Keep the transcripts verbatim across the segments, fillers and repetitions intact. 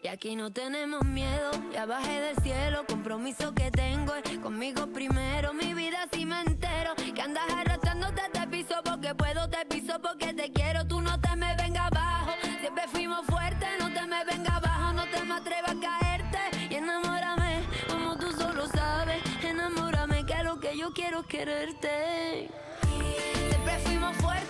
Y aquí no tenemos miedo, ya bajé del cielo, compromiso que tengo es conmigo primero, mi vida si me entero, que andas arrastrándote te piso porque puedo, te piso porque te quiero, tú no te me vengas abajo, siempre fuimos fuertes, no te me vengas abajo, no te me atrevas a caerte y enamórame, como tú solo sabes, enamórame que lo que yo quiero es quererte, siempre fuimos fuertes.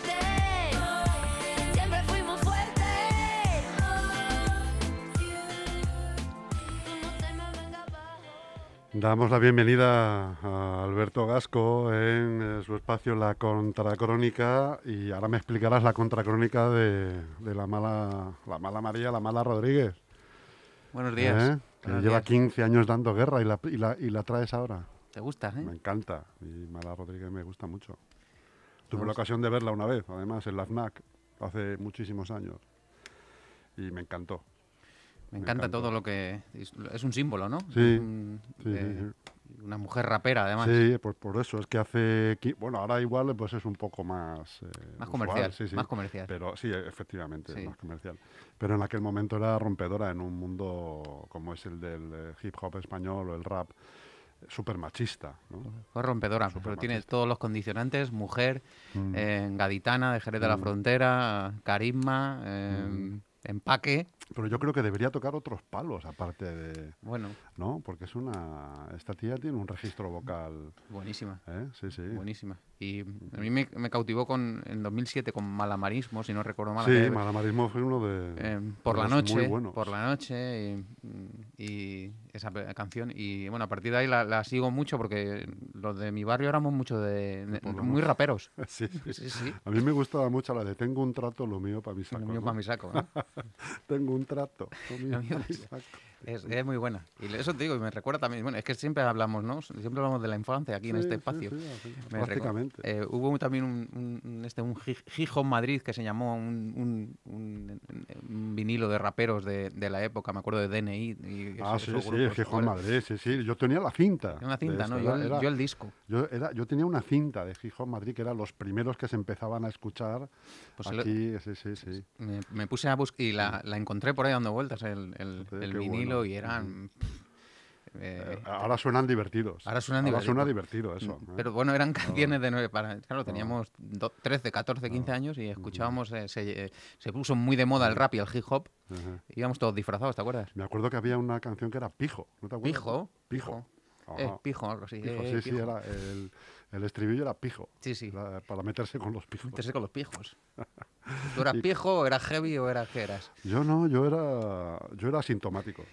Damos la bienvenida a Alberto Gasco en eh, su espacio La Contracrónica y ahora me explicarás la contracrónica de, de la mala la mala María, la mala Rodríguez. Buenos días. ¿Eh? Que Buenos lleva días. quince años dando guerra y la, y, la, y la traes ahora. ¿Te gusta, eh? Me encanta. Y Mala Rodríguez me gusta mucho. Tuve Vamos. la ocasión de verla una vez, además, en la FNAC, hace muchísimos años. Y me encantó. Me Me encanta encanta. todo lo que... Es, es un símbolo, ¿no? Sí, Un- sí, de- sí, sí. Una mujer rapera, además. Sí, pues por eso, es que hace... qui- Bueno, ahora igual pues es un poco más... eh, Más usual, comercial, sí, sí. más comercial. Pero sí, efectivamente, Sí. más comercial. Pero en aquel momento era rompedora en un mundo como es el del eh, hip hop español o el rap, súper machista, ¿no? Fue rompedora, Súper pero tiene machista. todos los condicionantes. Mujer, Mm. eh, gaditana, de Jerez de la Mm. Frontera, carisma, eh, Mm. empaque. Pero yo creo que debería tocar otros palos, aparte de... Bueno, ¿No? Porque es una... Esta tía tiene un registro vocal... buenísima. ¿eh? Sí, sí. Buenísima. Y a mí me, me cautivó con, en dos mil siete con Malamarismo, si no recuerdo mal. Sí, aquella- Malamarismo fue uno de... Eh, de por la los noche, muy buenos. por la noche y, y esa pe- canción y bueno, a partir de ahí la, la sigo mucho porque los de mi barrio éramos mucho de, de- Por la muy noche. raperos. Sí, sí. Sí, sí. A mí me gustaba mucho la de tengo un trato, lo mío para mi saco. Lo mío ¿no? para mi saco, ¿no? Tengo un trato, lo mío Lo mío pa' mi pa' saco. Es, es muy buena. Y eso te digo, y me recuerda también, bueno, es que siempre hablamos, ¿no? Siempre hablamos de la infancia aquí en Sí, este sí, espacio. sí, así, Me recu- prácticamente. eh, hubo también un, un- un- este, un Gi- Gijón Madrid que se llamó un, un- un- un vinilo de raperos de, de la época, me acuerdo de D N I. Y Ah, esos- sí, esos sí, grupos, es que Juan bueno, Madrid, sí, sí. Yo tenía la cinta. Una de cinta, esto, ¿no? Yo, era- el- era- yo el disco. yo, era, yo tenía una cinta de Gijón Madrid que eran los primeros que se empezaban a escuchar Pues el- aquí. Sí, sí, sí. Me, me puse a buscar y la, la encontré por ahí dando vueltas, el, el- Fíjate, el qué vinilo, bueno. y eran... eh, Eh, ahora suenan divertidos. ahora suenan Ahora divertidos. suena divertido eso. ¿eh? Pero bueno, eran canciones de nueve para... Claro, teníamos do- trece, catorce, quince Ah. años y escuchábamos... eh, se, eh, se puso muy de moda el rap y el hip hop. Ajá. Íbamos todos disfrazados, ¿te acuerdas? Me acuerdo que había una canción que era Pijo. ¿No te acuerdas? Pijo. Pijo. Eh, Ajá. pijo, algo así. Pijo, eh, sí, sí, pijo. era el, el estribillo era pijo. Sí, sí. Era para meterse con los pijos. Meterse con los pijos. ¿Tú eras Y- pijo o eras heavy o eras qué eras? Yo no, yo era, yo era asintomático.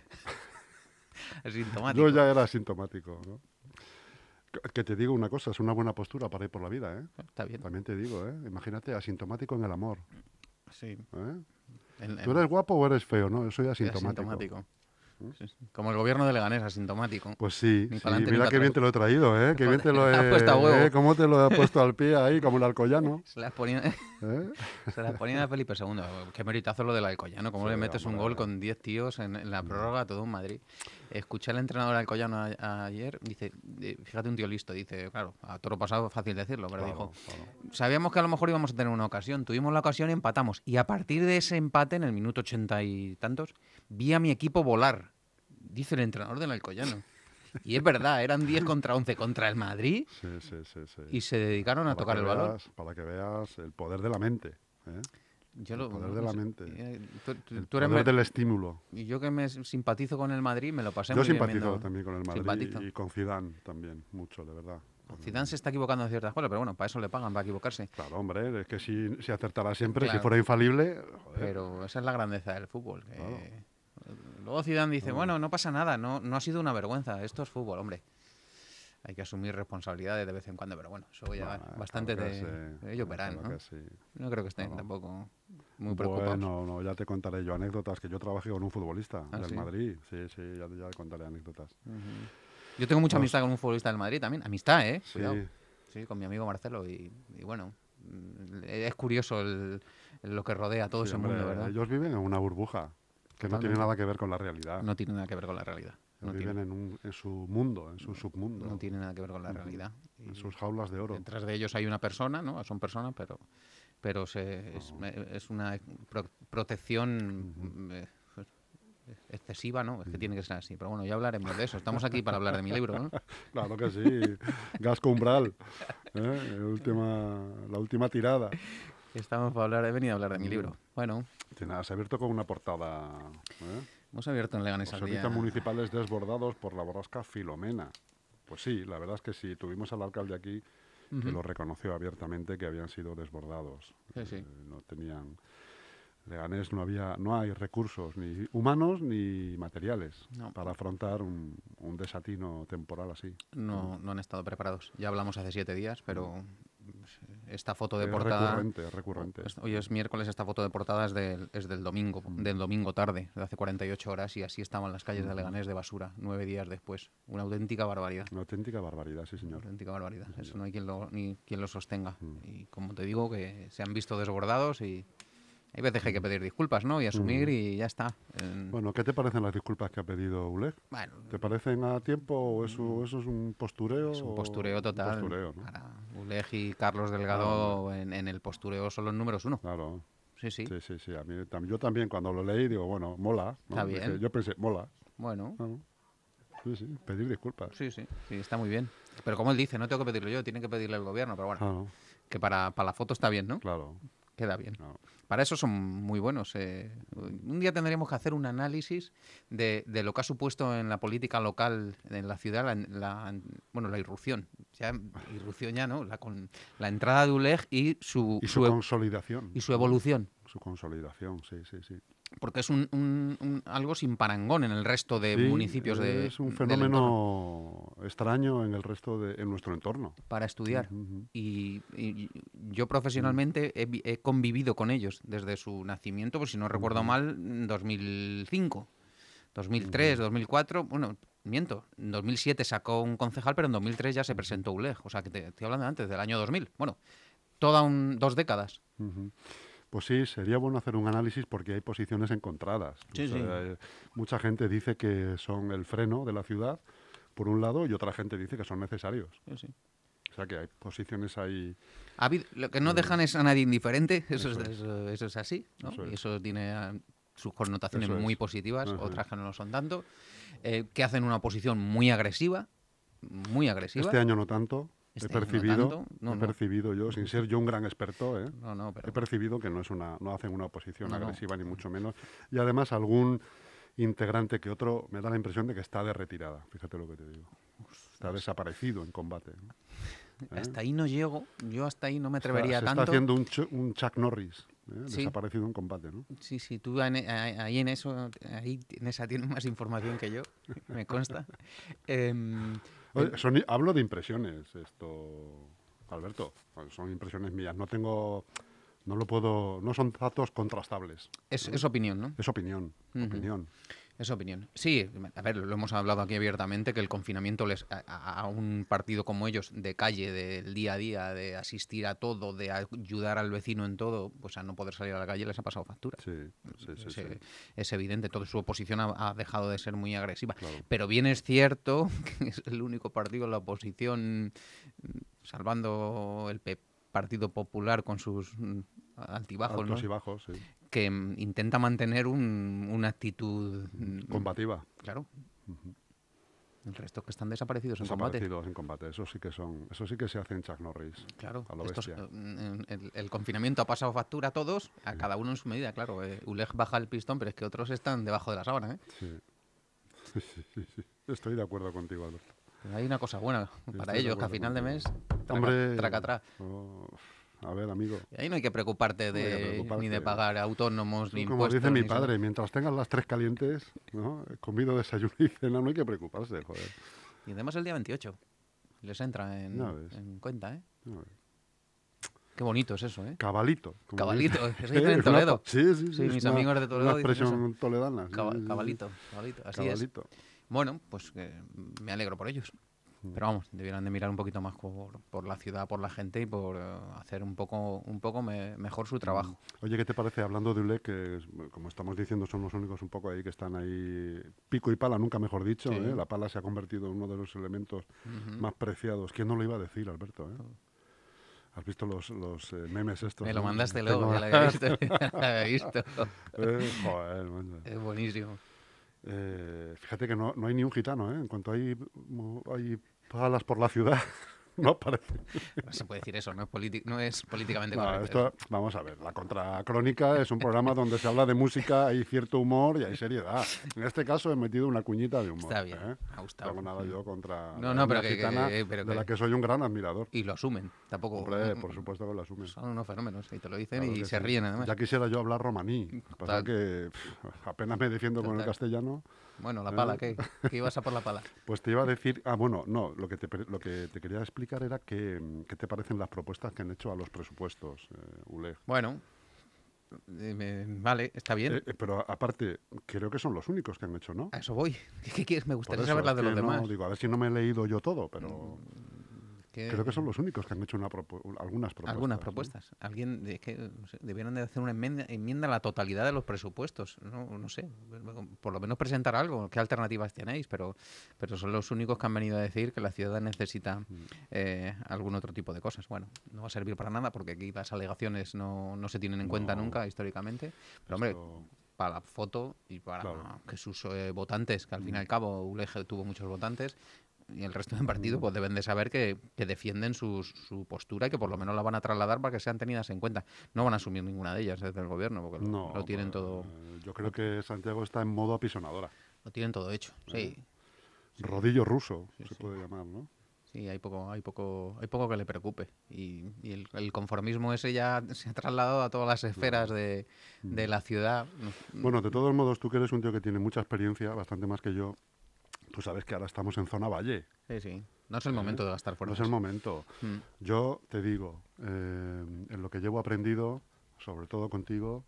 Asintomático. Yo ya era asintomático. ¿no? Que- Que te digo una cosa, es una buena postura para ir por la vida, ¿eh? Está bien. También te digo, ¿eh? Imagínate, asintomático en el amor. Sí. ¿eh? En- ¿Tú en- eres guapo o eres feo? No, yo soy soy asintomático. asintomático. Sí, sí. Como el gobierno de Leganés, asintomático. Pues sí, Ni sí, pa'lante ni mira pa' qué bien atrás. te lo he traído, ¿eh? Qué bien te lo Has he... puesto a huevo. ¿eh? ¿Cómo te lo he puesto al pie ahí, como el alcoyano? Se las ponían, ¿eh? se las ponían a Felipe segundo. Qué meritazo lo del Alcoyano. Cómo Sí, le metes un hombre. gol con diez tíos en, en la prórroga a todo un Madrid. Escuché al entrenador Alcoyano a- a- ayer. Dice, eh, fíjate un tío listo. Dice, claro, a toro pasado fácil decirlo, pero Claro, dijo, claro. sabíamos que a lo mejor íbamos a tener una ocasión. Tuvimos la ocasión y empatamos. Y a partir de ese empate, en el minuto ochenta y tantos, vi a mi equipo volar. Dice el entrenador del Alcoyano. Y es verdad, eran diez contra once contra el Madrid Sí, sí, sí, sí. y se dedicaron a Para tocar que el balón. veas- Para que veas el poder de la mente. ¿eh? Yo el lo- poder no de la sé, mente. eh, Tú, tú- El tú eres poder me- del estímulo. Y yo que me simpatizo con el Madrid, me lo pasé Yo muy bien simpatizo viendo- también con el Madrid Simpatizo. y con Zidane también, mucho, de verdad. Zidane se está equivocando en ciertas cosas, pero bueno, para eso le pagan, para equivocarse. Claro, hombre, es que si, si acertara siempre, Claro. si fuera infalible... joder, Pero esa es la grandeza del fútbol. que- Claro. Luego Zidane dice, bueno, no pasa nada, no, no ha sido una vergüenza, esto es fútbol, hombre. Hay que asumir responsabilidades de vez en cuando, pero bueno, eso ya Bueno, bastante claro que de... sí, Ellos verán, claro ¿no? que sí. No creo que estén Claro. tampoco muy preocupados. Bueno, no, ya te contaré yo anécdotas, que yo trabajé con un futbolista ¿Ah, del sí? Madrid. Sí, sí, ya, ya te contaré anécdotas. Ujú. Yo tengo mucha Pues- amistad con un futbolista del Madrid también. Amistad, ¿eh? Sí, Cuidado. Sí, con mi amigo Marcelo. Y, y bueno, mm, es curioso el, lo que rodea todo sí, ese hombre, mundo, ¿verdad? ellos viven en una burbuja que no tiene Totalmente. nada que ver con la realidad. No tiene nada que ver con la realidad. No viven tiene, en, un, en su mundo, en su submundo, no tiene nada que ver con la Ujú. realidad. en Y sus jaulas de oro. detrás de ellos hay una persona, ¿no? Son personas, pero, pero se, es, No. es una pro- protección eh, excesiva, ¿no? Es que tiene que ser así. Pero bueno, ya hablaremos de eso. Estamos aquí para hablar de mi libro, ¿no? Claro que sí. Gasco Umbral. ¿eh? La, última, la última tirada. Estamos para hablar, he venido a hablar de mi Mm. libro. Bueno, Tiene- Has abierto con una portada. ¿eh? hemos abierto en Leganés Los al día. servicios municipales desbordados por la borrasca Filomena. Pues sí, la verdad es que sí. Tuvimos al alcalde aquí que Ujú. lo reconoció abiertamente que habían sido desbordados. Sí, sí. Eh, no tenían... Leganés no había, no hay recursos ni humanos ni materiales No. para afrontar un, un desatino temporal así. No, no han estado preparados. Ya hablamos hace siete días, pero esta foto de Es portada... recurrente, es recurrente. es- Hoy es miércoles, esta foto de portada es del, es del domingo, Mm. del domingo tarde, de hace cuarenta y ocho horas, y así estaban las calles de Ujú. Leganés de basura, nueve días después. Una auténtica barbaridad. Una auténtica barbaridad, sí, Una señor. auténtica barbaridad. Sí, Eso señor. no hay quien lo, ni quien lo sostenga. Mm. Y como te digo, que se han visto desbordados y hay veces que hay que pedir disculpas, ¿no? Y asumir Mm. y ya está. En- Bueno, ¿qué te parecen las disculpas que ha pedido ULEG? bueno, ¿Te parecen a tiempo o eso, eso es un postureo? es un o- postureo total. Un postureo, ¿no? Para Uleg y Carlos Delgado en, en el postureo son los números uno. Claro, Sí, sí. sí, sí, sí. A mí, tam- yo también cuando lo leí digo, bueno, mola. ¿no? Está Dije- bien. yo pensé, mola. Bueno, Claro. Sí, sí, pedir disculpas. sí, sí, sí, está muy bien. Pero como él dice, no tengo que pedirlo yo, tiene que pedirle el gobierno. Pero bueno, Claro, que para, para la foto está bien, ¿no? claro. Queda bien. claro. Para eso son muy buenos. eh. Un día tendríamos que hacer un análisis de, de lo que ha supuesto en la política local, en la ciudad, la, la- bueno, la irrupción. Ya, irrupción ya, ¿no? La, con, la entrada de Uleg y su, Y su su ev- consolidación. y su evolución. Su consolidación, sí, sí, sí. Porque es un, un- un- algo sin parangón en el resto de Sí, municipios de, es un del entorno fenómeno extraño en el resto de en nuestro entorno. para estudiar. Ujú, ujú. Y, y yo profesionalmente he, vi- he convivido con ellos desde su nacimiento, pues si no recuerdo Ujú. mal, en dos mil cinco, dos mil tres, dos mil cuatro, bueno, miento, en dos mil siete sacó un concejal, pero en dos mil tres ya se presentó Uleg, o sea que te estoy hablando de antes, del año dos mil. Bueno, toda un, dos décadas. Ujú. Pues sí, sería bueno hacer un análisis porque hay posiciones encontradas. Sí, O sea, sí. eh, mucha gente dice que son el freno de la ciudad, por un lado, y otra gente dice que son necesarios. Sí, sí. O sea que hay posiciones ahí. Ha habido- lo que no dejan es a nadie indiferente, eso, Eso es, es. eso, eso es así, ¿no? Eso Y es. eso tiene ah, sus connotaciones Eso es. muy positivas, Ajá. otras que no lo son tanto, eh, que hacen una oposición muy agresiva, muy agresiva. Este año no tanto. Este he año no percibido, tanto. No, he no. percibido yo, sin ser yo un gran experto, ¿eh? No, no, he pero percibido que no es una, no hacen una oposición No, no. agresiva ni mucho menos. Y además algún integrante que otro me da la impresión de que está de retirada. Fíjate lo que te digo. Está desaparecido en combate. ¿no? ¿Eh? hasta ahí no llego, yo hasta ahí no me Está- atrevería se tanto. está haciendo un, Chu- un Chuck Norris, ¿eh? Sí. Desaparecido en combate, ¿no? Sí, sí, tú en- ahí en eso, ahí en esa tienes más información que yo, me consta. Em, Oye, son- hablo de impresiones, esto, Alberto. Son impresiones mías. No tengo, no lo puedo, no son datos contrastables. es, es opinión, ¿no? Es opinión, Ujú. opinión. Es opinión. Sí, a ver, lo hemos hablado aquí abiertamente, que el confinamiento les, a, a- a un partido como ellos, de calle, del día a día, de asistir a todo, de ayudar al vecino en todo, pues a no poder salir a la calle les ha pasado factura. Sí, sí, sí. es, sí, eh, es evidente, toda su oposición ha, ha dejado de ser muy agresiva. claro. Pero bien es cierto que es el único partido en la oposición, mm, salvando el P- Partido Popular con sus mm, altibajos, Altos ¿no? y bajos, sí. que mm, intenta mantener un- una actitud mm, Combativa. claro. Ujú. El resto que están desaparecidos en combate. Desaparecidos en combate. Eso sí que son, eso sí que se hace en Chuck Norris. Claro, A lo estos, bestia. eh, el, el confinamiento ha pasado factura a todos, a cada uno en su medida, claro. eh, Uleg baja el pistón, pero es que otros están debajo de la sábana. ¿eh? Sí. Sí, sí, sí, sí. Estoy de acuerdo contigo, Alberto. Pero hay una cosa buena Estoy para de ellos, que a acuerdo final de mes, contigo. traca, Hombre, traca atrás. oh, a ver, amigo. Y ahí no hay que preocuparte No hay de, que preocuparte. ni de pagar autónomos, ni Como impuestos. dice mi ni sal- padre, mientras tengas las tres calientes, ¿no? Comido, desayuno y cena, no hay que preocuparse, joder. Y además el día veintiocho les entra en, Ya ves. en cuenta, ¿eh? No, Qué bonito es eso, ¿eh? Cabalito. como Cabalito, dice. eso dicen en Es una Toledo. pa- Sí, sí, sí. Sí, es mis una- amigos de Toledo Una dicen expresión toledana. sí, Caba- sí, sí, sí. cabalito, cabalito, así es. Cabalito. Bueno, pues eh, me alegro por ellos. Mm. Pero vamos, debieran de mirar un poquito más por, por la ciudad, por la gente y por eh, hacer un poco, un poco me- mejor su trabajo. Oye, ¿qué te parece, hablando de U L E, que es- como estamos diciendo son los únicos un poco ahí que están ahí, pico y pala, nunca mejor dicho, Sí. ¿eh? La pala se ha convertido en uno de los elementos Ujú. más preciados. ¿Quién no lo iba a decir, Alberto? ¿eh? ¿Has visto los, los eh, memes estos? Me lo no? mandaste Tengo- luego, ya lo había visto. ya lo había visto. Eh, joder, macho. Es buenísimo. Eh, fíjate que no, no hay ni un gitano, ¿eh? En cuanto hay, hay palas por la ciudad, no aparece. No se puede decir eso, no es, politi- no es políticamente No, correcto. esto, vamos a ver, la Contracrónica es un programa donde se habla de música, hay cierto humor y hay seriedad. En este caso he metido una cuñita de humor. Está bien, ¿eh? me ha No gustado. tengo nada yo contra No, la no, pero etnia que- gitana, que- pero de que- la que soy un gran admirador. Y lo asumen, tampoco... Hombre, por supuesto que lo asumen. Son unos fenómenos, y te lo dicen Claro y que se sí. ríen además. Ya quisiera yo hablar romaní. Pasa Total. que pff, apenas me defiendo con el Total. castellano. Bueno, la ¿Eh? pala, ¿qué? ¿Qué ibas a por la pala? Pues te iba a decir, ah, bueno, no, lo que te, pre- lo que te quería explicar era que, qué te parecen las propuestas que han hecho a los presupuestos, eh, Uleg. Bueno, eh, me- vale, está bien. Eh, eh, pero aparte, creo que son los únicos que han hecho, ¿no? A eso voy. ¿Qué, qué quieres? Me Por gustaría eso saber las es de los que no- demás. digo, a ver si no me he leído yo todo, pero ¿Qué- creo que son los únicos que han hecho una propu- algunas propuestas. Algunas ¿no? propuestas. Alguien de, es que no sé, debieron de hacer una enmienda, enmienda a la totalidad de los presupuestos. No, no sé. Por lo menos presentar algo. ¿Qué alternativas tenéis? Pero, pero son los únicos que han venido a decir que la ciudad necesita eh, algún otro tipo de cosas. Bueno, no va a servir para nada porque aquí las alegaciones no, no se tienen en cuenta No. nunca históricamente. Pero hombre, Esto- para la foto y para Claro. que sus eh, votantes, que al fin y al cabo U L E G tuvo muchos votantes, y el resto del partido pues deben de saber que, que defienden sus- su postura y que por lo menos la van a trasladar para que sean tenidas en cuenta. No van a asumir ninguna de ellas desde el gobierno porque lo- no, lo, tienen eh, todo Yo creo que Santiago está en modo apisonadora. lo tienen todo hecho. Sí, Rodillo ruso, Sí, se sí. puede llamar, ¿no? sí, hay poco, hay poco, hay poco que le preocupe y, y el, el conformismo ese ya se ha trasladado a todas las esferas de, de la ciudad. No- Bueno, de todos modos, tú que eres un tío que tiene mucha experiencia, bastante más que yo, tú sabes que ahora estamos en zona valle. Sí, sí. No es el momento de gastar No fuerzas. es el momento. Mm. Yo te digo, eh, en lo que llevo aprendido, sobre todo contigo,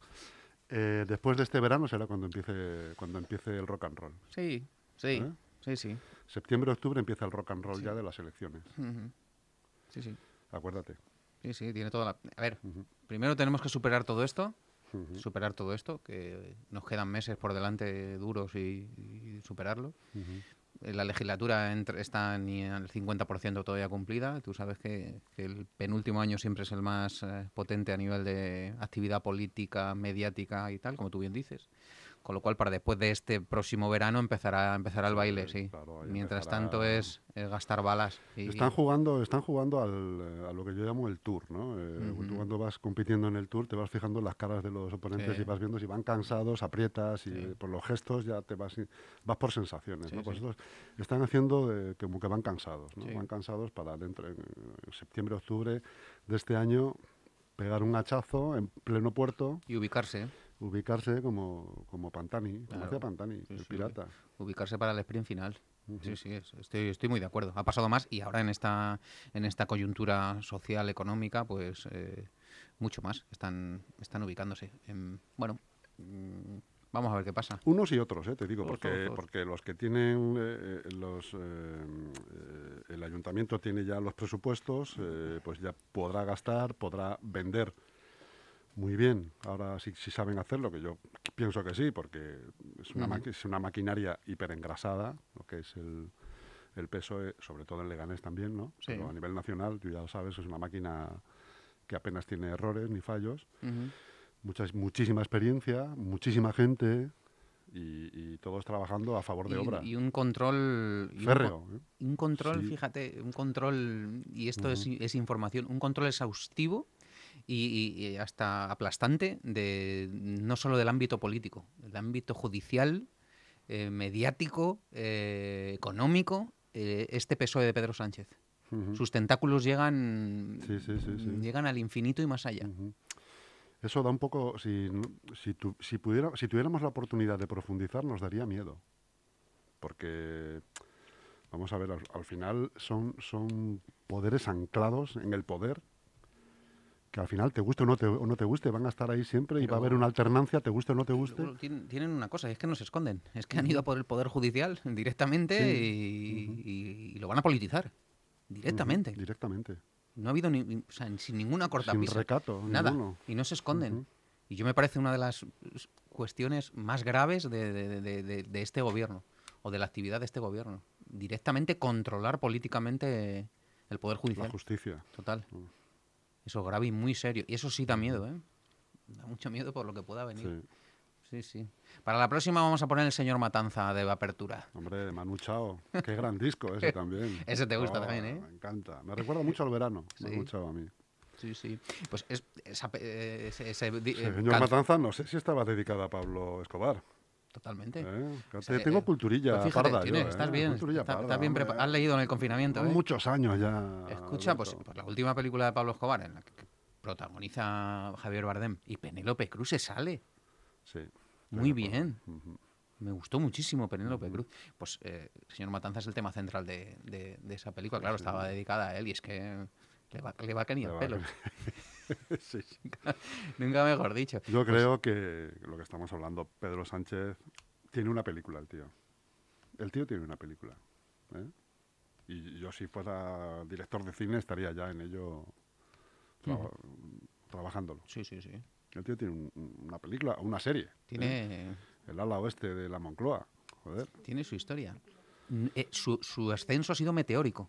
eh, después de este verano será cuando empiece, cuando empiece el rock and roll. Sí, sí, ¿Eh? sí, sí. Septiembre, octubre empieza el rock and roll ya de las elecciones. Ujú. Sí, sí. Acuérdate. Sí, sí, tiene toda la... A ver, Ujú. primero tenemos que superar todo esto, Ujú. superar todo esto, que nos quedan meses por delante duros y, y superarlo. Ujú. Eh, La legislatura entre- está ni al cincuenta por ciento todavía cumplida. Tú sabes que, que el penúltimo año siempre es el más eh, potente a nivel de actividad política, mediática y tal, como tú bien dices. Con lo cual, para después de este próximo verano empezará, empezará el Sí, baile, sí. claro, ahí Mientras empezará- tanto es, es gastar balas. y- Están jugando, están jugando al, eh, a lo que yo llamo el tour, ¿no? Eh, Ujú. Tú cuando vas compitiendo en el tour te vas fijando en las caras de los oponentes Sí. y vas viendo si van cansados, aprietas y Sí. eh, por los gestos ya te vas vas por sensaciones, Sí, ¿no? Pues sí. estos están haciendo de- como que van cansados, ¿no? Sí. Van cansados para dentro en, en septiembre, octubre de este año pegar un hachazo en pleno puerto, y ubicarse, ¿eh? ubicarse como, como Pantani, como Claro. hacía Pantani, Sí, el sí. pirata. ubicarse para el sprint final. Ujú. Sí, sí, es- estoy, estoy muy de acuerdo. Ha pasado más y ahora en esta, en esta coyuntura social, económica, pues eh, mucho más. Están, están ubicándose. En- bueno, mm, vamos a ver qué pasa. Unos y otros, eh, te digo, Todos, porque, todos, todos. porque los que tienen, eh, eh, los, eh, eh, el ayuntamiento tiene ya los presupuestos, eh, pues ya podrá gastar, podrá vender muy bien. Ahora sí, sí saben hacerlo, que yo pienso que sí, porque es una, Ujú. maqui- es una maquinaria hiperengrasada, lo que es el, el P S O E, sobre todo en Leganés también, ¿no? Sí. Pero a nivel nacional, tú ya lo sabes, es una máquina que apenas tiene errores ni fallos. Ujú. Muchas, muchísima experiencia, muchísima gente y, y todos trabajando a favor de Y, obra. y un control... y un Férreo. co- ¿eh? Un control, Sí. fíjate, un control, y esto es, es información, un control exhaustivo y, y- y hasta aplastante de no solo del ámbito político, del ámbito judicial, eh, mediático, eh, económico, eh, este P S O E de Pedro Sánchez. Ujú. Sus tentáculos llegan, Sí, sí, sí, sí. llegan al infinito y más allá. Ujú. Eso da un poco, si, no- si, tu- si, pudiera, si tuviéramos la oportunidad de profundizar, nos daría miedo. Porque, vamos a ver, al, al final son, son poderes anclados en el poder, que al final te guste o no te, o no te guste, van a estar ahí siempre y va a haber Pero- una alternancia, te guste o no te Y guste. luego Tienen, tienen una cosa, es que no se esconden. Es que han ido a por el Poder Judicial directamente y, y- y lo van a politizar. Directamente. Ujú, directamente. No ha habido ni, o sea, sin ninguna Sin cortapisa. recato, Nada. ninguno. Y no se esconden. Ujú. Y yo me parece una de las cuestiones más graves de, de- de- de- de este gobierno o de la actividad de este gobierno. Directamente controlar políticamente el Poder La Judicial. justicia. Total. Mm. Eso es grave y muy serio. Y eso sí da miedo, ¿eh? Da mucho miedo por lo que pueda venir. Sí. Sí, sí. Para la próxima vamos a poner El señor Matanza de apertura. Hombre, Manu Chao. Qué gran disco ese también. Ese te gusta Oh, también, ¿eh? Me encanta. Me recuerda mucho al verano, Sí. Manu Chao a mí. Sí, sí. Pues es, esa, eh, ese, ese, eh, Señor can- Matanza, no sé si estaba dedicada a Pablo Escobar. Totalmente. ¿eh? Que O sea, te- tengo eh, culturilla pues fíjate, parda tiene- yo, ¿eh? estás bien, Culturilla está- parda, estás bien hombre. preparado. Has leído en el confinamiento, Son ¿eh? muchos años ya. Escucha, pues, Alberto. pues la última película de Pablo Escobar, en la que que protagoniza Javier Bardem y Penélope Cruz se sale. Sí. Muy estoy de bien. acuerdo. Ujú. Me gustó muchísimo Penélope Cruz. Pues eh, Señor Matanza es el tema central de, de- de esa película. Claro, sí. estaba dedicada a él y es que le va, le va que ni Le el va pelo. Sí, sí. Nunca mejor dicho. Yo creo que lo que estamos hablando, Pedro Sánchez tiene una película, el tío. El tío tiene una película. ¿eh? Y yo si fuera director de cine estaría ya en ello traba- trabajándolo. Sí, sí, sí. El tío tiene un- una película, una serie. ¿eh? Tiene, El ala oeste de la Moncloa. Joder. tiene su historia. N- eh, su, su ascenso ha sido meteórico.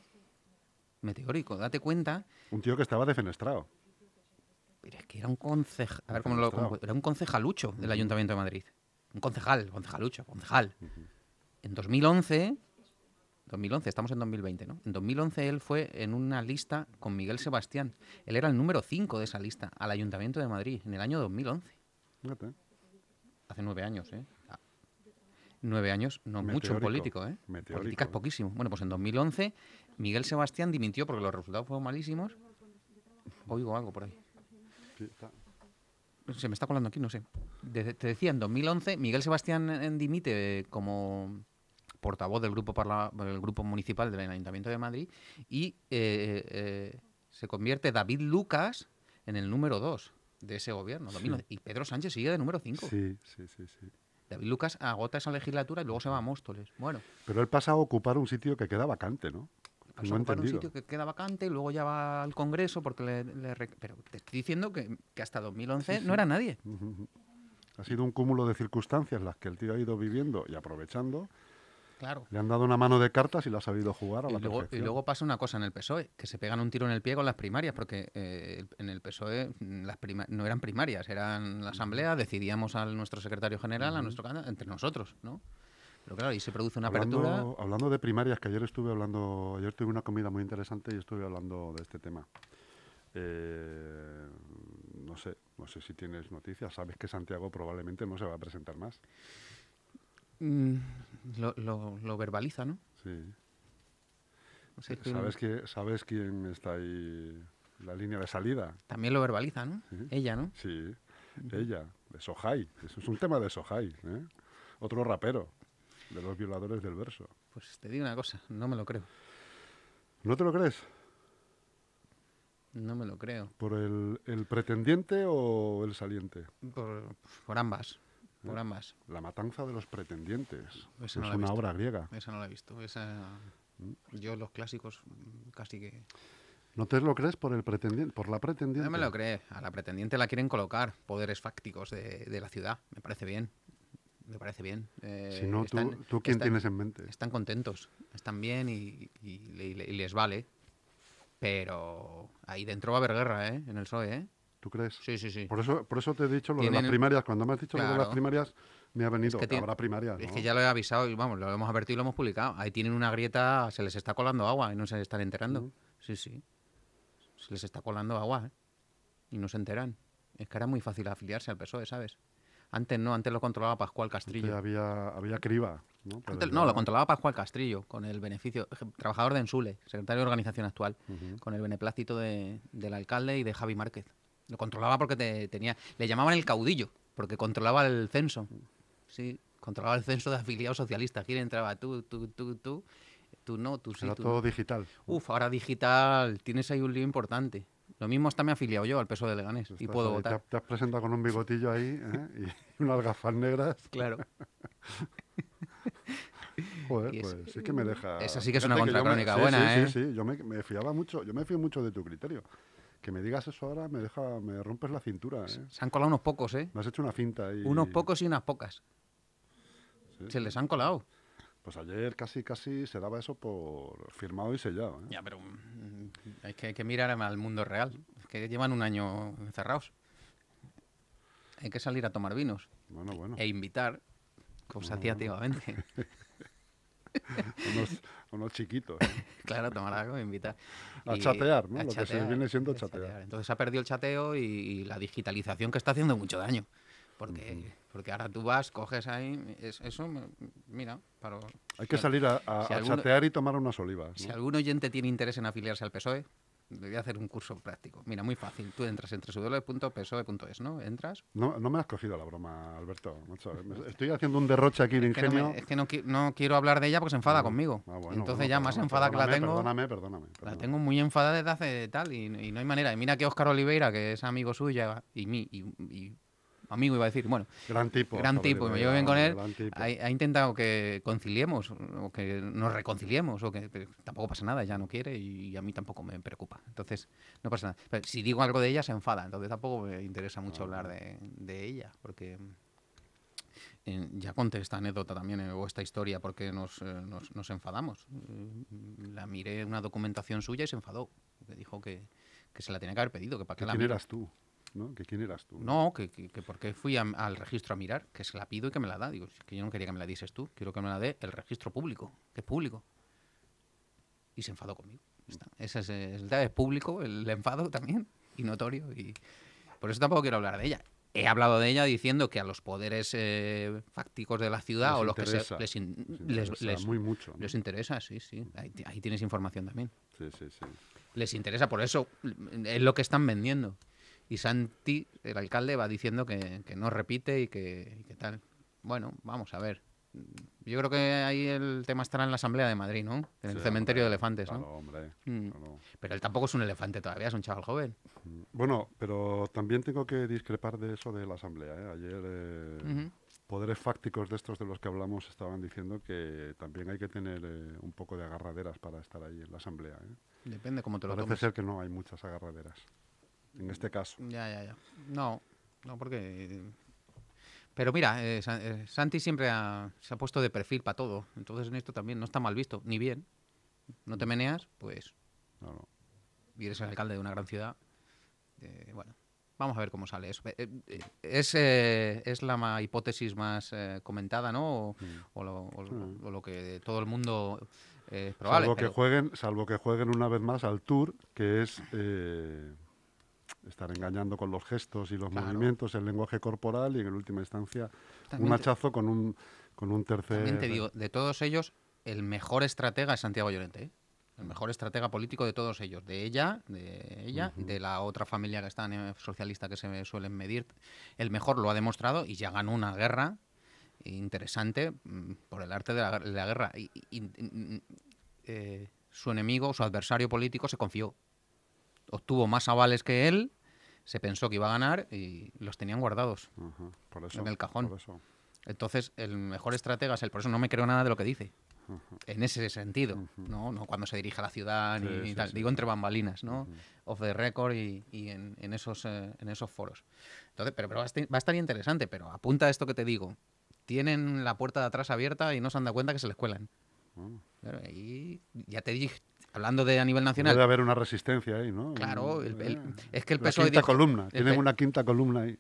Meteórico, date cuenta. Un tío que estaba defenestrado. Pero es que era un concejal. A ver cómo lo. cómo- era un concejalucho del Ayuntamiento de Madrid. Un concejal, concejalucho, concejal. En dos mil once. dos mil once, estamos en dos mil veinte, ¿no? En dos mil once él fue en una lista con Miguel Sebastián. Él era el número cinco de esa lista al Ayuntamiento de Madrid en el año dos mil once. Fíjate. Hace nueve años, ¿eh? Ah, Nueve años, no mucho en Meteórico, político, ¿eh? meteórico, Política es ¿eh? poquísimo. Bueno, pues en dos mil once Miguel Sebastián dimitió porque los resultados fueron malísimos. Oigo algo por ahí. Sí, está. Se me está colando aquí, no sé. De- te decía, en dos mil once Miguel Sebastián eh, dimite eh, como portavoz del grupo, parla- del grupo municipal del Ayuntamiento de Madrid y eh, eh, se convierte David Lucas en el número dos de ese gobierno. dos mil once. Y Pedro Sánchez sigue de número cinco. Sí, sí, sí, sí. David Lucas agota esa legislatura y luego se va a Móstoles. Bueno, Pero él pasa a ocupar un sitio que queda vacante, ¿no? pasó No a he ocupar un entendido. sitio que queda vacante y luego ya va al Congreso porque le... le rec- Pero te estoy diciendo que, que hasta dos mil once no era nadie. Ujú. Ha sido un cúmulo de circunstancias las que el tío ha ido viviendo y aprovechando. Claro. Le han dado una mano de cartas y la ha sabido jugar a Y la luego, y perfección. luego pasa una cosa en el P S O E, que se pegan un tiro en el pie con las primarias, porque eh, el- en el P S O E mm, las prima- no eran primarias, eran la asamblea, decidíamos a nuestro secretario general, a nuestro candidato, entre nosotros, ¿no? Pero claro, ahí se produce una apertura. Hablando, hablando de primarias, que ayer estuve hablando, ayer tuve una comida muy interesante y estuve hablando de este tema. Eh, no sé, no sé si tienes noticias. Sabes que Santiago probablemente no se va a presentar más. Mm, lo, lo- lo verbaliza, ¿no? Sí. No sé, que- ¿Sabes, que, ¿Sabes quién está ahí en la línea de salida? También lo verbaliza, ¿no? Sí. Ella, ¿no? Sí, ella, de Sohai. Eso es un tema de Sohai. ¿eh? Otro rapero de los violadores del verso. Pues te digo una cosa, no me lo creo. ¿No te lo crees? No me lo creo. ¿Por el, el pretendiente o el saliente? Por, por ambas. Por ambas. La matanza de los pretendientes. Esa Es no la he una visto. obra griega. Esa no la he visto. Esa... Yo los clásicos mm, casi que... ¿No te lo crees por el pretendiente, por la pretendiente? No me lo cree. A la pretendiente la quieren colocar poderes fácticos de, de la ciudad. Me parece bien. Me parece bien. Eh, Si no, están- ¿tú, ¿tú quién están- tienes en mente? Están contentos. Están bien y, y le- y le- y les vale. Pero ahí dentro va a haber guerra, ¿eh? En el P S O E, ¿eh? ¿Tú crees? Sí, sí, sí. Por eso, por eso te he dicho lo de Tienen- las primarias. Cuando me has dicho lo de las Claro. primarias, me ha venido. Es que que tiene- habrá primarias, Es ¿no? que ya lo he avisado y vamos, lo hemos advertido y lo hemos publicado. Ahí tienen una grieta, se les está colando agua y no se están enterando. Mm. Sí, sí. Se les está colando agua, ¿eh? Y no se enteran. Es que era muy fácil afiliarse al P S O E, ¿sabes? Antes no, antes lo controlaba Pascual Que Castrillo. había, había criba, ¿no? Pero Antes- ya- no, lo controlaba Pascual Castrillo, con el beneficio, trabajador de Ensule, secretario de organización actual, Ujú. con el beneplácito de- del alcalde y de Javi Márquez. Lo controlaba porque te, tenía, le llamaban el caudillo, porque controlaba el censo. Sí, controlaba el censo de afiliados socialistas. ¿Quién entraba? Tú, tú, tú, tú. Tú no, tú sí, Era tú todo no. digital. Uf, ahora digital, tienes ahí un lío importante. Lo mismo está me he afiliado yo al P S O E de Leganés y Estás puedo ahí, votar. Te, has- te has presentado con un bigotillo ahí ¿eh? y unas gafas negras. Claro. Joder, Y es- pues sí que me deja... esa sí que es Fíjate una yo me- contracrónica sí, buena, sí, ¿eh? Sí, sí, yo me, me fiaba mucho, yo me fío mucho de tu criterio. Que me digas eso ahora me deja, me rompes la cintura, ¿eh? Se han colado unos pocos, ¿eh? Me has hecho una finta ahí. Unos pocos y unas pocas. Sí. Se les han colado. Pues ayer casi, casi se daba eso por firmado y sellado, ¿eh? Ya, pero mm, hay que, hay que mirar al mundo real. Es que llevan un año encerrados. hay que salir a tomar vinos. Bueno, bueno. E invitar, como se hacía antiguamente. unos, unos chiquitos. ¿eh? Claro, tomar algo e invitar. A Y chatear, ¿no? a Lo que se chatear, viene siendo a chatear. Entonces se ha perdido el chateo y, y la digitalización que está haciendo mucho daño. Porque, uh-huh. porque ahora tú vas, coges ahí, es, eso, mira, para... Hay que salir a, a, si a alguno, chatear y tomar unas olivas. ¿no? Si algún oyente tiene interés en afiliarse al P S O E, le voy a hacer un curso práctico. Mira, muy fácil. Tú entras en doble u doble u doble u punto p s o e punto es, ¿no? Entras... No, no me has cogido la broma, Alberto. Estoy haciendo un derroche aquí de es ingenio. Que no me, es que no, no quiero hablar de ella porque se enfada no. conmigo. Ah, bueno, Entonces bueno, ya perdona, más enfada que la tengo... Perdóname, perdóname, perdóname. La tengo muy enfadada desde hace tal y, y no hay manera. Y mira que Óscar Oliveira, que es amigo suya y mí... Y, y, amigo iba a decir, bueno, gran tipo, gran tipo, y me llevo bien con él, ha, ha intentado que conciliemos, o que nos reconciliemos, o que tampoco pasa nada, ella no quiere y a mí tampoco me preocupa, entonces no pasa nada. Pero si digo algo de ella se enfada, entonces tampoco me interesa mucho ah. hablar de, de ella, porque eh, ya conté esta anécdota también, eh, o esta historia, porque nos, eh, nos, nos enfadamos. La miré una documentación suya y se enfadó, que dijo que, que se la tenía que haber pedido, que para qué la ¿Quién miro. eras tú? ¿No? ¿Que quién eras tú? No, que, que, que porque fui a, al registro a mirar, que se la pido y que me la da. Digo, que yo no quería que me la dieses tú, quiero que me la dé el registro público, que es público. Y se enfadó conmigo. Está. Ese es el es público, el enfado también, y notorio. Y por eso tampoco quiero hablar de ella. He hablado de ella diciendo que a los poderes eh, fácticos de la ciudad les o los que se, les, les, les, les, muy mucho, ¿no? les interesa, sí, sí. Ahí, ahí tienes información también. Sí, sí, sí. Les interesa, por eso es lo que están vendiendo. Y Santi, el alcalde, va diciendo que, que no repite y que, y que tal. Bueno, vamos a ver. Yo creo que ahí el tema estará en la Asamblea de Madrid, ¿no? En el sí, cementerio hombre, de elefantes, claro, ¿no? Hombre, mm. claro. Pero él tampoco es un elefante todavía, es un chaval joven. Bueno, pero también tengo que discrepar de eso de la Asamblea, ¿eh? Ayer eh, uh-huh. poderes fácticos de estos de los que hablamos estaban diciendo que también hay que tener eh, un poco de agarraderas para estar ahí en la Asamblea, ¿eh? Depende cómo te lo Parece tomes. ser que no hay muchas agarraderas. En este caso. Ya, ya, ya. No, no, porque... Pero mira, eh, eh, Santi siempre ha, se ha puesto de perfil para todo. Entonces en esto también no está mal visto, ni bien. No te meneas, pues... No, no. Y eres el alcalde de una gran ciudad. Eh, bueno, vamos a ver cómo sale eso. Eh, eh, es, eh, es la hipótesis más eh, comentada, ¿no? O, mm. o, lo, o, mm. o lo que todo el mundo... Eh, es probable. Salvo, pero... que jueguen, salvo que jueguen una vez más al Tour, que es... Eh... estar engañando con los gestos y los claro. movimientos, el lenguaje corporal y en última instancia también un hachazo te, con un con un tercer... También te digo, de todos ellos, el mejor estratega es Santiago Llorente, ¿eh? El mejor estratega político de todos ellos, de ella, de ella uh-huh. y de la otra familia que está en socialista que se suelen medir. El mejor lo ha demostrado y ya ganó una guerra interesante por el arte de la, de la guerra. Y, y, y, eh, su enemigo, su adversario político se confió. Obtuvo más avales que él, se pensó que iba a ganar y los tenían guardados uh-huh. por eso, en el cajón. Por eso. Entonces, el mejor estratega es él. Por eso no me creo nada de lo que dice. Uh-huh. En ese sentido, uh-huh. ¿no? No cuando se dirige a la ciudad ni, sí, ni sí, tal. sí, Digo sí. entre bambalinas, ¿no? Uh-huh. Off the record y, y en, en, esos, eh, en esos foros. Entonces, pero, pero va, a estar, va a estar interesante. Pero apunta a esto que te digo. Tienen la puerta de atrás abierta y no se han dado cuenta que se les cuelan. Uh-huh. Claro, y ya te dije... Hablando de a nivel nacional... Puede haber una resistencia ahí, ¿no? Claro, el, el, es que el la P S O E... quinta dijo, columna, tienen P... una quinta columna ahí.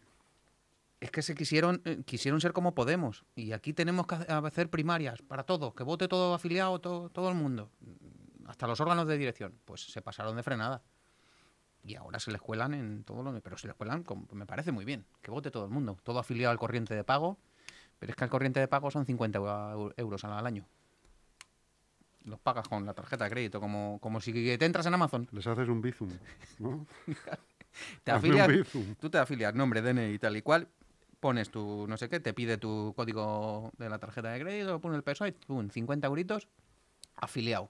Es que se quisieron eh, quisieron ser como Podemos. Y aquí tenemos que hacer primarias para todo, que vote todo afiliado, todo, todo el mundo. Hasta los órganos de dirección. Pues se pasaron de frenada. Y ahora se les cuelan en todo lo... Pero se les cuelan, con, me parece muy bien, que vote todo el mundo. Todo afiliado al corriente de pago. Pero es que el corriente de pago son cincuenta euros al año. Los pagas con la tarjeta de crédito, como, como si te entras en Amazon. Les haces un bizum, ¿no? Te afilias, tú te afilias, nombre, D N I y tal y cual, pones tu no sé qué, te pide tu código de la tarjeta de crédito, pones el P S O E, pum, cincuenta euritos, afiliado.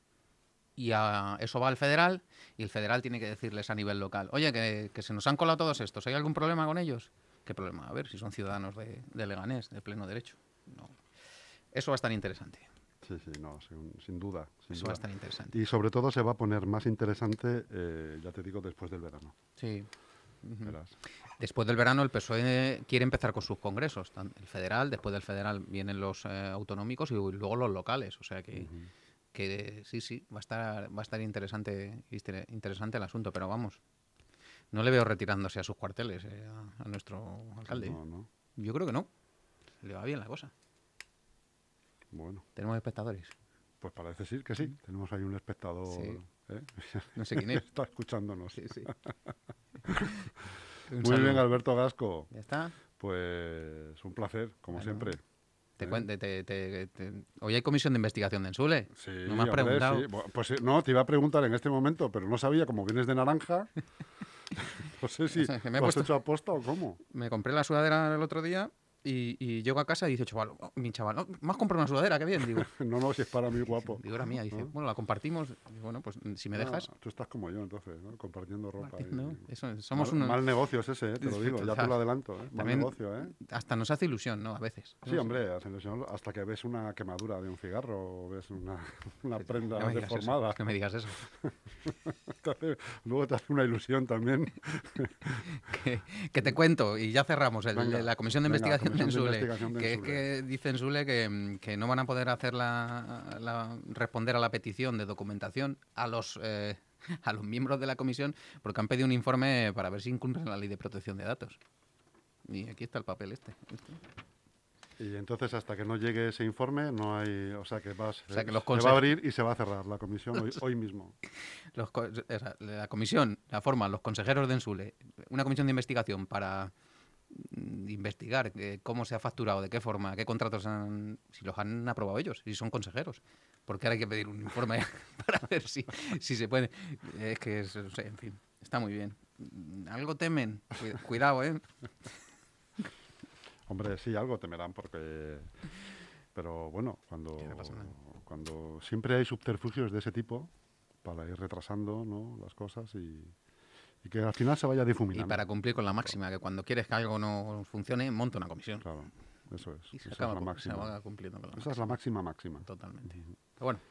Y a, eso va al federal, y el federal tiene que decirles a nivel local, oye, que, que se nos han colado todos estos, ¿hay algún problema con ellos? ¿Qué problema? A ver, si son ciudadanos de, de Leganés, de pleno derecho. No. Eso va a estar interesante. Sí, sí, no, sin, sin duda. Sin Eso duda. va a estar interesante. Y sobre todo se va a poner más interesante, eh, ya te digo, después del verano. Sí. Uh-huh. Verás. Después del verano el P S O E quiere empezar con sus congresos. El federal, después del federal vienen los eh, autonómicos y luego los locales. O sea que, uh-huh. que sí, sí, va a estar, va a estar interesante, interesante el asunto. Pero vamos, No le veo retirándose a sus cuarteles eh, a, a nuestro alcalde. No, no. Yo creo que no. Le va bien la cosa. Bueno. Tenemos espectadores. Pues parece sí que sí. Tenemos ahí un espectador. Sí. ¿eh? No sé quién es. Está escuchándonos. Sí, sí. Muy bien, Alberto Gasco. ¿Ya está? Pues un placer, como Bueno, siempre. Te ¿Eh? cuente, te, te, te... Hoy hay comisión de investigación de Ensule. Sí, no me has hombre, preguntado. sí. Bueno, pues no, te iba a preguntar en este momento, pero no sabía, como vienes de naranja. No sé si Es que me he lo has puesto- hecho aposta o cómo. Me compré la sudadera el otro día y, y llego a casa y dice, chaval, oh, mi chaval, oh, me has comprado una sudadera, qué bien. Digo, No, no, si es para mí guapo. digo, era mía. Dice, ¿No? bueno, la compartimos. Digo, bueno, pues si me dejas. Ah, tú estás como yo, entonces, ¿no? Compartiendo ropa. y- No, eso, somos mal, unos... mal negocio es ese, ¿eh? Te lo digo, ya te lo adelanto. ¿eh? Mal También- negocio, ¿eh? Hasta nos hace ilusión, ¿no? A veces. Sí, hombre, hace ilusión hasta que ves una quemadura de un cigarro o ves una, una prenda No me digas deformada. eso, no me digas eso. Te hace- luego te hace una ilusión también. que, que te cuento y ya cerramos el- Venga, la comisión de venga, investigación comisión de de Ensule. investigación de Que es Ensule. que dice Ensule que, que no van a poder hacer la, la- responder a la petición de documentación a los eh, a los miembros de la comisión porque han pedido un informe para ver si incumplen la ley de protección de datos. Y aquí está el papel este. Y entonces, hasta que no llegue ese informe, no hay. O sea, que vas, O sea, que eh, los se va conse- a abrir y se va a cerrar la comisión hoy, hoy mismo. Los co- o sea, la comisión la forman los consejeros de Ensule, una comisión de investigación para mm, investigar eh, cómo se ha facturado, de qué forma, qué contratos han, si los han aprobado ellos, si son consejeros. Porque ahora hay que pedir un informe para ver si, si se puede. Es que, es, o sea, en fin, está muy bien. Mm, Algo temen. Cu- Cuidado, ¿eh? Hombre, sí, algo temerán porque... Pero bueno, cuando, Que no pasa nada. cuando siempre hay subterfugios de ese tipo para ir retrasando, ¿no? Las cosas y, y que al final se vaya Y difuminando. para cumplir con la máxima, que cuando quieres que algo no funcione, monta una comisión. Claro, eso es. Y se Esa acaba es la cu- se máxima. va cumpliendo con la Esa es la máxima máxima. Totalmente. Pero bueno,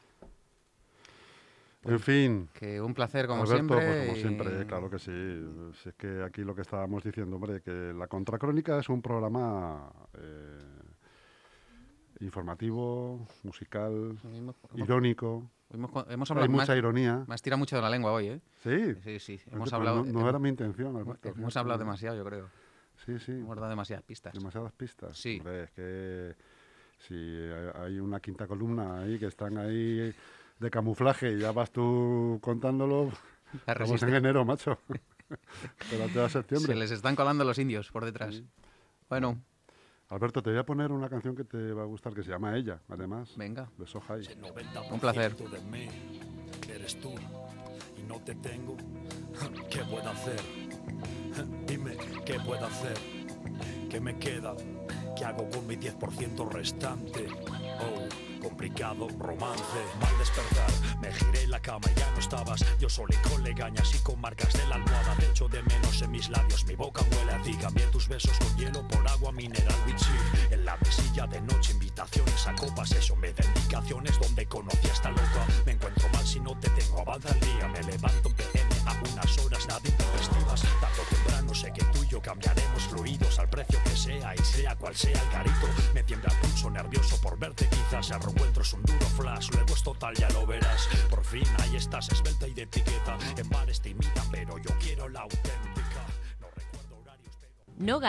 En fin, que un placer como Alberto, siempre. pues como y- siempre, claro que sí. Si es que aquí lo que estábamos diciendo, hombre, que la Contracrónica es un programa eh, informativo, musical, Hemos, hemos- irónico. hemos- hemos Hay hablado más, mucha ironía. me has tirado mucho de la lengua hoy, ¿eh? Sí. Sí, sí. Oye, Hemos pues hablado, no, no era mi intención, Alberto. hemos fíjate. hablado demasiado, yo creo. Sí, sí. Hemos dado demasiadas pistas. Demasiadas pistas. Sí. Hombre, es que si hay- hay una quinta columna ahí que están ahí de camuflaje y ya vas tú contándolo, La estamos resiste. en enero, macho. Espérate a septiembre. Se les están colando los indios por detrás. Bueno, Alberto, te voy a poner una canción que te va a gustar, que se llama Ella, además, venga. de Sohai. Un placer. De mí eres tú y no te tengo. ¿Qué puedo hacer? Dime, ¿qué puedo hacer? ¿Qué me queda? ¿Qué hago con mi diez por ciento restante? Oh, complicado romance. Mal despertar, me giré en la cama y ya no estabas. Yo solé con legañas y con marcas de la almohada. Te echo de menos en mis labios, mi boca huele a ti. Cambié tus besos con hielo por agua mineral Vichy. En la mesilla de noche, invitaciones a copas. Eso me da indicaciones donde conocí a esta loca. Me encuentro mal si no te tengo, avanza el día. Me levanto en P M a unas horas nada intempestivas. Tanto temprano sé que tú y yo cambiaremos fluidos al precio que sea y sea cual sea el garito. Me tiembla el pulso nervioso por verte quizás. El reencuentro es un duro flash, luego es total, ya lo verás. Por fin ahí estás, esbelta y de etiqueta. En bares te imitan, pero yo quiero la auténtica. No recuerdo horarios, pero... No